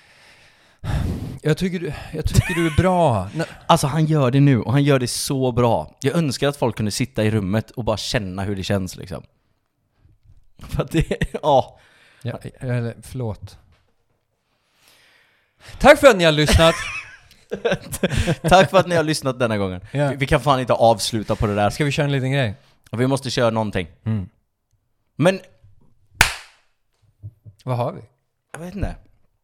Jag tycker, du, jag tycker du är bra. Alltså han gör det nu och han gör det så bra. Jag önskar att folk kunde sitta i rummet och bara känna hur det känns liksom. För att det... Ja. ja eller, förlåt. Tack för att ni har lyssnat. Tack för att ni har lyssnat denna gången. Ja. Vi, vi kan fan inte avsluta på det där. Ska vi köra en liten grej? Vi måste köra någonting. Mm. Men... Vad har vi? Jag vet inte.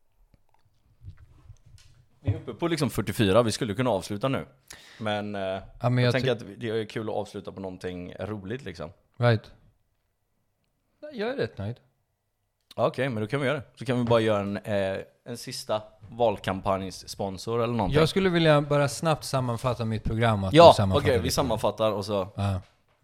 Vi är uppe på liksom fyrtiofyra. Vi skulle kunna avsluta nu. Men, eh, ja, men jag, jag tänker ty- att det är kul att avsluta på någonting roligt liksom. Right. Jag är rätt nöjd. Okej, okay, men då kan vi göra det. Så kan vi bara göra en, eh, en sista valkampanjssponsor eller någonting. Jag skulle vilja bara snabbt sammanfatta mitt program. Att ja, okej, okay, vi sammanfattar och så... Ja.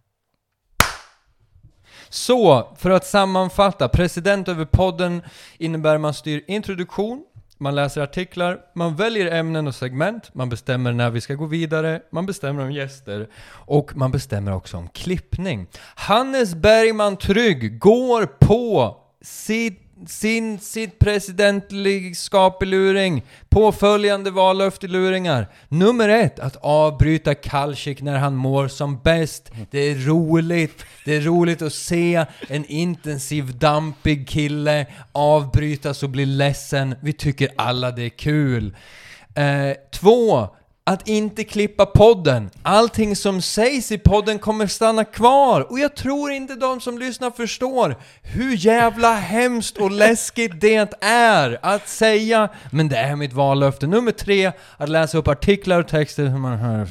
Så, för att sammanfatta. President över podden innebär man styr introduktion, man läser artiklar, man väljer ämnen och segment, man bestämmer när vi ska gå vidare, man bestämmer om gäster och man bestämmer också om klippning. Hannes Bergman Trygg går på sitt sin sitt presidentligskap i luring på följande vallöfteluringar. Nummer ett, att avbryta Kalchik när han mår som bäst. Det är roligt. Det är roligt att se en intensiv, dampig kille avbrytas och bli ledsen. Vi tycker alla det är kul. Eh, två, att inte klippa podden. Allting som sägs i podden kommer stanna kvar. Och jag tror inte de som lyssnar förstår hur jävla hemskt och läskigt det är att säga. Men det är mitt vallöfte. Nummer tre, att läsa upp artiklar och texter som man hör.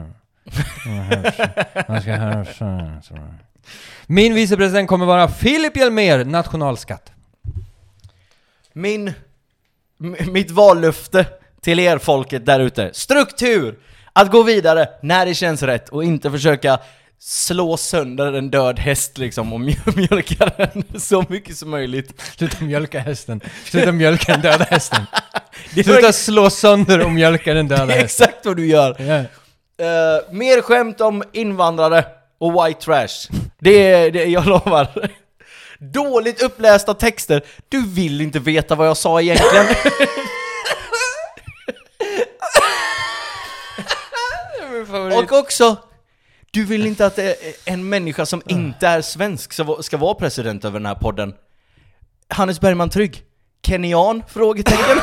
Man ska höra. Min vicepresident kommer vara Philip Hjelmér, nationalskatt. Min m- mitt vallöfte till er folket där ute. Struktur! Att gå vidare när det känns rätt och inte försöka slå sönder en död häst liksom och mjölka den så mycket som möjligt. Sluta mjölka hästen. Sluta mjölka den döda hästen. Sluta slå sönder och mjölka den döda hästen. Det är hästen. exakt vad du gör. Yeah. Uh, mer skämt om invandrare och white trash. Det är det jag lovar. Dåligt upplästa texter. Du vill inte veta vad jag sa egentligen. Och också, du vill inte att en människa som inte är svensk ska vara president över den här podden. Hannes Bergman Trygg. Kenyan? Frågetecken.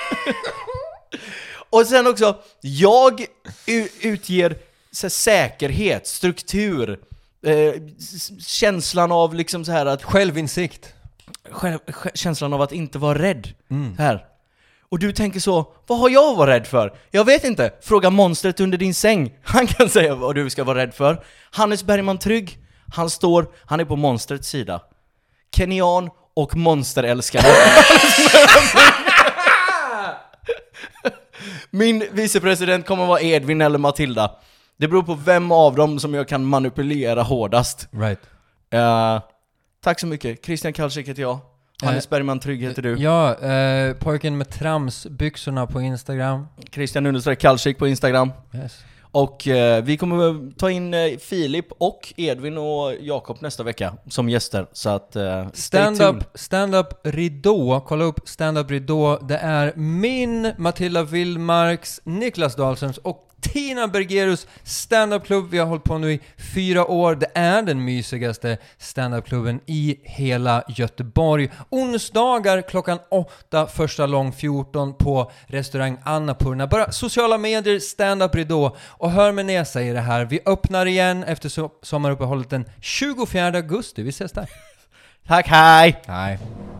Och sen också, jag utger så här, säkerhet, struktur, eh, känslan av liksom så här att självinsikt. Själv, känslan av att inte vara rädd. Mm. Här. Och du tänker så, vad har jag varit rädd för? Jag vet inte. Fråga monstret under din säng. Han kan säga vad du ska vara rädd för. Hannes Bergman Trygg, han står, han är på monstrets sida. Kenyan och monsterälskare. Min vicepresident kommer vara Edvin eller Matilda. Det beror på vem av dem som jag kan manipulera hårdast. Right. Uh, tack så mycket. Christian Kalsik heter jag. Hannes Bergman Trygg heter du. Ja, eh, pojken med tramsbyxorna på Instagram. Christian understreck Kalsik på Instagram. Yes. Och eh, vi kommer ta in eh, Filip och Edvin och Jakob nästa vecka som gäster. Så att eh, stand-up, stand-up Ridå. Kolla upp stand-up Ridå. Det är min, Matilda Wildmarks, Niklas Dahlströms och Tina Bergerus stand-up-klubb. Vi har hållit på nu i fyra år. Det är den mysigaste stand-up-klubben i hela Göteborg. Onsdagar klockan åtta, första lång fjorton på restaurang Annapurna. Bara sociala medier, stand-up Ridå. Och hör med när jag säger det här. Vi öppnar igen efter so- sommaruppehållet den tjugofjärde augusti. Vi ses där. Tack, hej! Hej.